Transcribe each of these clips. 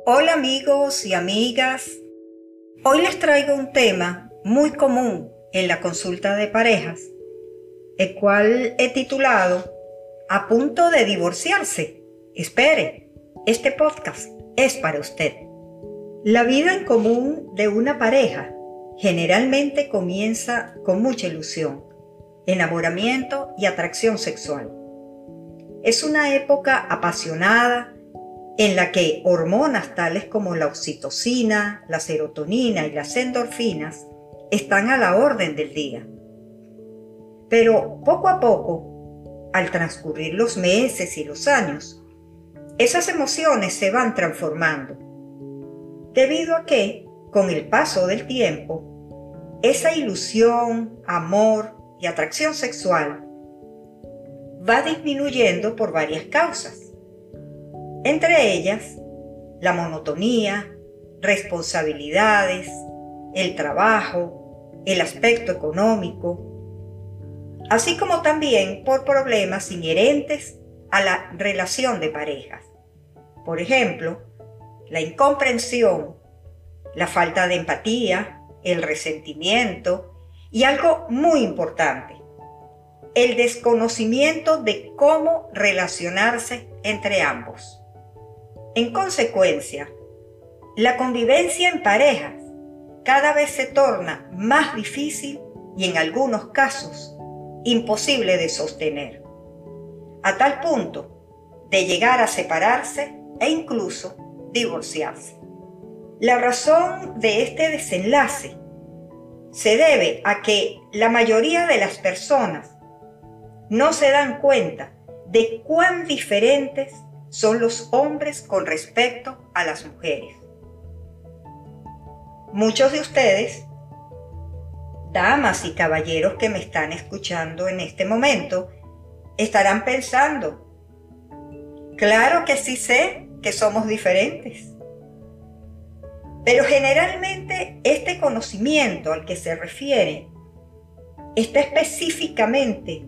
Hola amigos y amigas, hoy les traigo un tema muy común en la consulta de parejas, el cual he titulado "A punto de divorciarse". Espere, este podcast es para usted. La vida en común de una pareja generalmente comienza con mucha ilusión, enamoramiento y atracción sexual. Es una época apasionada en la que hormonas tales como la oxitocina, la serotonina y las endorfinas están a la orden del día. Pero poco a poco, al transcurrir los meses y los años, esas emociones se van transformando, debido a que, con el paso del tiempo, esa ilusión, amor y atracción sexual va disminuyendo por varias causas. Entre ellas, la monotonía, responsabilidades, el trabajo, el aspecto económico, así como también por problemas inherentes a la relación de parejas. Por ejemplo, la incomprensión, la falta de empatía, el resentimiento y algo muy importante, el desconocimiento de cómo relacionarse entre ambos. En consecuencia, la convivencia en parejas cada vez se torna más difícil y en algunos casos imposible de sostener, a tal punto de llegar a separarse e incluso divorciarse. La razón de este desenlace se debe a que la mayoría de las personas no se dan cuenta de cuán diferentes son los hombres con respecto a las mujeres. Muchos de ustedes, damas y caballeros que me están escuchando en este momento, estarán pensando, claro que sí sé que somos diferentes. Pero generalmente este conocimiento al que se refiere está específicamente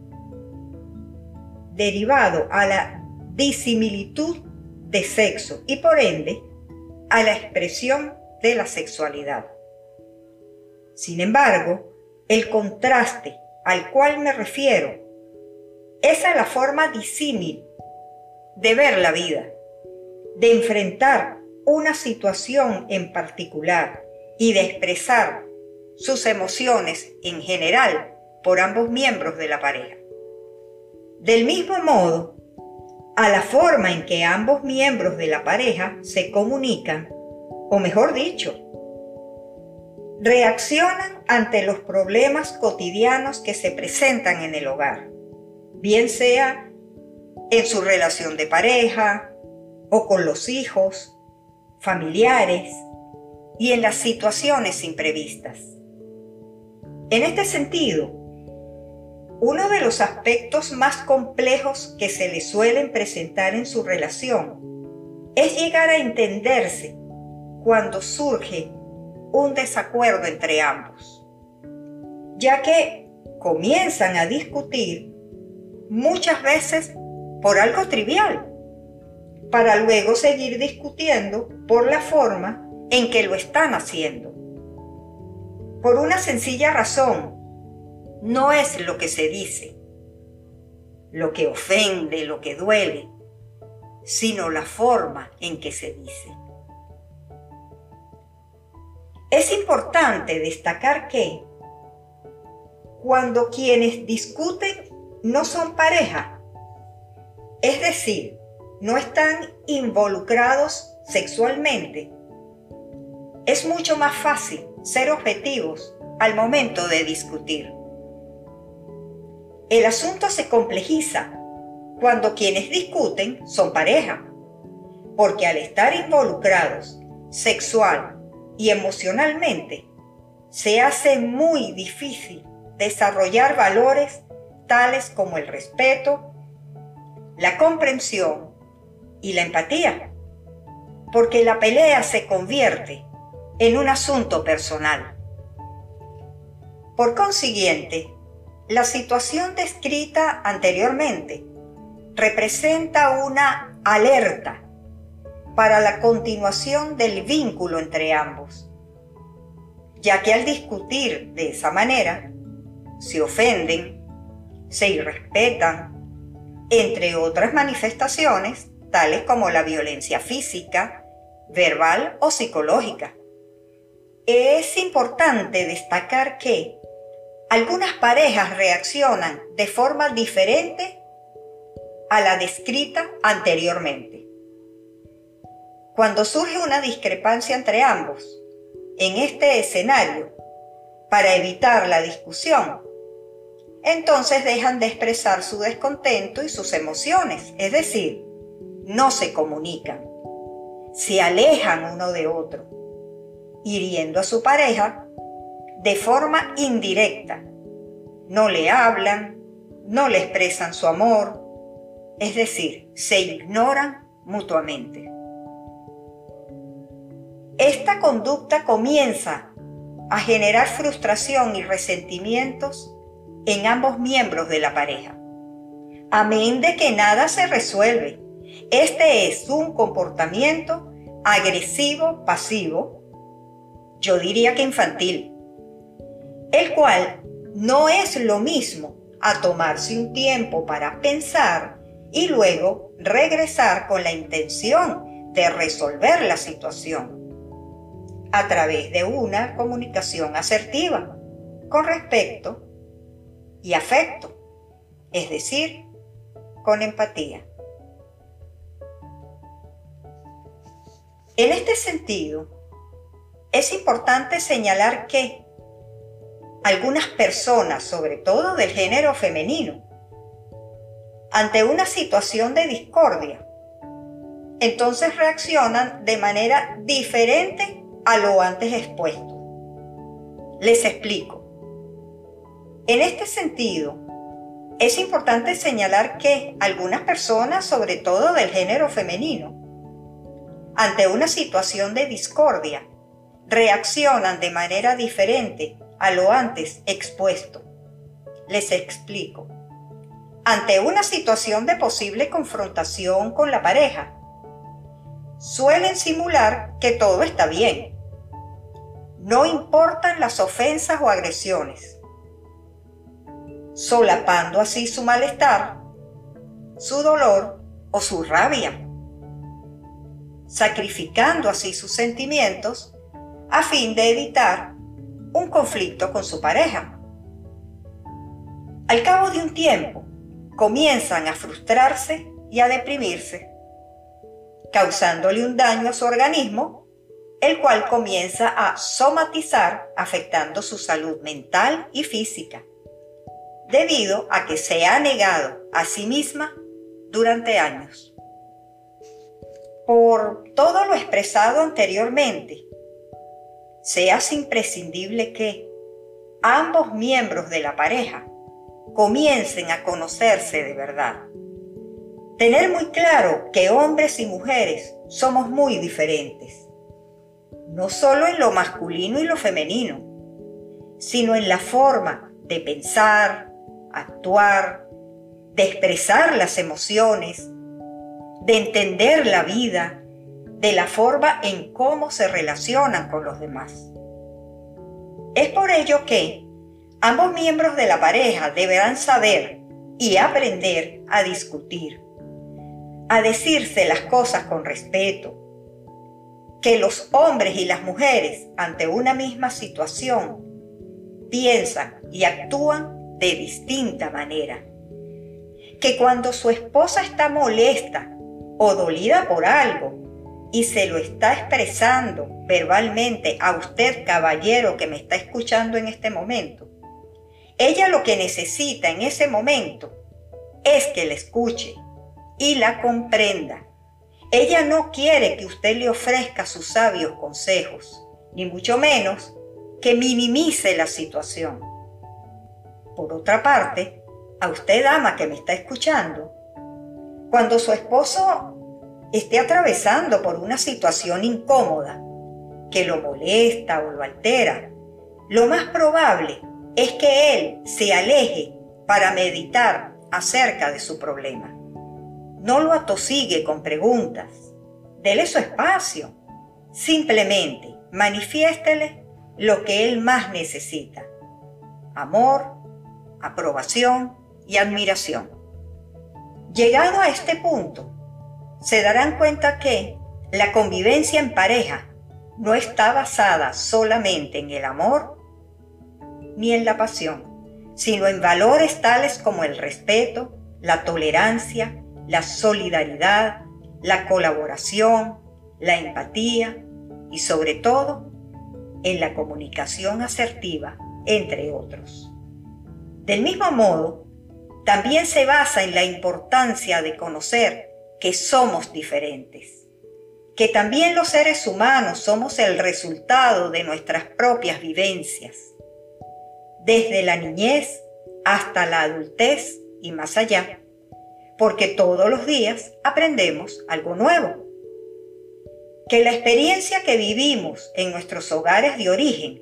derivado a la disimilitud de sexo y por ende a la expresión de la sexualidad. Sin embargo, el contraste al cual me refiero es a la forma disímil de ver la vida, de enfrentar una situación en particular y de expresar sus emociones en general por ambos miembros de la pareja. Del mismo modo, a la forma en que ambos miembros de la pareja se comunican, o mejor dicho, reaccionan ante los problemas cotidianos que se presentan en el hogar, bien sea en su relación de pareja o con los hijos, familiares y en las situaciones imprevistas. En este sentido, uno de los aspectos más complejos que se le suelen presentar en su relación es llegar a entenderse cuando surge un desacuerdo entre ambos, ya que comienzan a discutir muchas veces por algo trivial, para luego seguir discutiendo por la forma en que lo están haciendo. Por una sencilla razón: no es lo que se dice, lo que ofende, lo que duele, sino la forma en que se dice. Es importante destacar que cuando quienes discuten no son pareja, es decir, no están involucrados sexualmente, es mucho más fácil ser objetivos al momento de discutir. El asunto se complejiza cuando quienes discuten son pareja, porque al estar involucrados sexual y emocionalmente, se hace muy difícil desarrollar valores tales como el respeto, la comprensión y la empatía, porque la pelea se convierte en un asunto personal. Por consiguiente, la situación descrita anteriormente representa una alerta para la continuación del vínculo entre ambos, ya que al discutir de esa manera, se ofenden, se irrespetan, entre otras manifestaciones, tales como la violencia física, verbal o psicológica. Es importante destacar que algunas parejas reaccionan de forma diferente a la descrita anteriormente. Cuando surge una discrepancia entre ambos, en este escenario, para evitar la discusión, entonces dejan de expresar su descontento y sus emociones, es decir, no se comunican, se alejan uno de otro, hiriendo a su pareja de forma indirecta. No le hablan, no le expresan su amor, es decir, se ignoran mutuamente. Esta conducta comienza a generar frustración y resentimientos en ambos miembros de la pareja. Amén de que nada se resuelve. Este es un comportamiento agresivo, pasivo, yo diría que infantil, el cual no es lo mismo a tomarse un tiempo para pensar y luego regresar con la intención de resolver la situación a través de una comunicación asertiva, con respeto y afecto, es decir, con empatía. En este sentido, es importante señalar que algunas personas, sobre todo del género femenino, ante una situación de discordia, entonces reaccionan de manera diferente a lo antes expuesto. Les explico. En este sentido, es importante señalar que algunas personas, sobre todo del género femenino, ante una situación de discordia, reaccionan de manera diferente a lo antes expuesto. Les explico. Ante una situación de posible confrontación con la pareja, suelen simular que todo está bien. No importan las ofensas o agresiones, solapando así su malestar, su dolor o su rabia, sacrificando así sus sentimientos a fin de evitar un conflicto con su pareja. Al cabo de un tiempo, comienzan a frustrarse y a deprimirse, causándole un daño a su organismo, el cual comienza a somatizar, afectando su salud mental y física, debido a que se ha negado a sí misma durante años. Por todo lo expresado anteriormente, se hace imprescindible que ambos miembros de la pareja comiencen a conocerse de verdad. Tener muy claro que hombres y mujeres somos muy diferentes, no solo en lo masculino y lo femenino, sino en la forma de pensar, actuar, de expresar las emociones, de entender la vida, de la forma en cómo se relacionan con los demás. Es por ello que ambos miembros de la pareja deberán saber y aprender a discutir, a decirse las cosas con respeto, que los hombres y las mujeres ante una misma situación piensan y actúan de distinta manera, que cuando su esposa está molesta o dolida por algo y se lo está expresando verbalmente a usted, caballero que me está escuchando en este momento, ella lo que necesita en ese momento es que la escuche y la comprenda. Ella no quiere que usted le ofrezca sus sabios consejos, ni mucho menos que minimice la situación. Por otra parte, a usted, dama que me está escuchando, cuando su esposo esté atravesando por una situación incómoda que lo molesta o lo altera, lo más probable es que él se aleje para meditar acerca de su problema. No lo atosigue con preguntas, Dele su espacio. Simplemente manifiéstele lo que él más necesita: amor, aprobación y admiración. Llegado a este punto, se darán cuenta que la convivencia en pareja no está basada solamente en el amor ni en la pasión, sino en valores tales como el respeto, la tolerancia, la solidaridad, la colaboración, la empatía y sobre todo en la comunicación asertiva, entre otros. Del mismo modo, también se basa en la importancia de conocer que somos diferentes, que también los seres humanos somos el resultado de nuestras propias vivencias, desde la niñez hasta la adultez y más allá, porque todos los días aprendemos algo nuevo. Que la experiencia que vivimos en nuestros hogares de origen,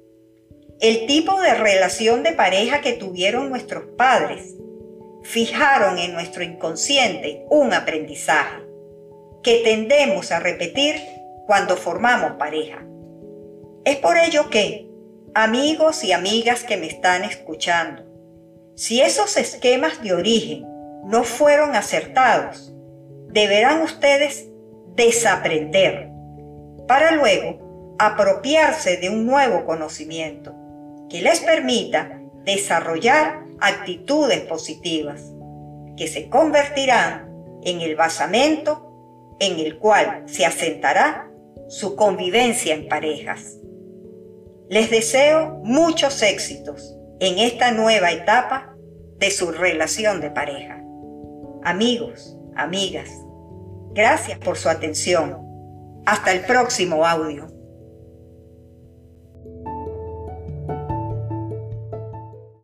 el tipo de relación de pareja que tuvieron nuestros padres, fijaron en nuestro inconsciente un aprendizaje que tendemos a repetir cuando formamos pareja. Es por ello que, amigos y amigas que me están escuchando, si esos esquemas de origen no fueron acertados, deberán ustedes desaprender para luego apropiarse de un nuevo conocimiento que les permita desarrollar actitudes positivas que se convertirán en el basamento en el cual se asentará su convivencia en parejas. Les deseo muchos éxitos en esta nueva etapa de su relación de pareja. Amigos, amigas, gracias por su atención. Hasta el próximo audio.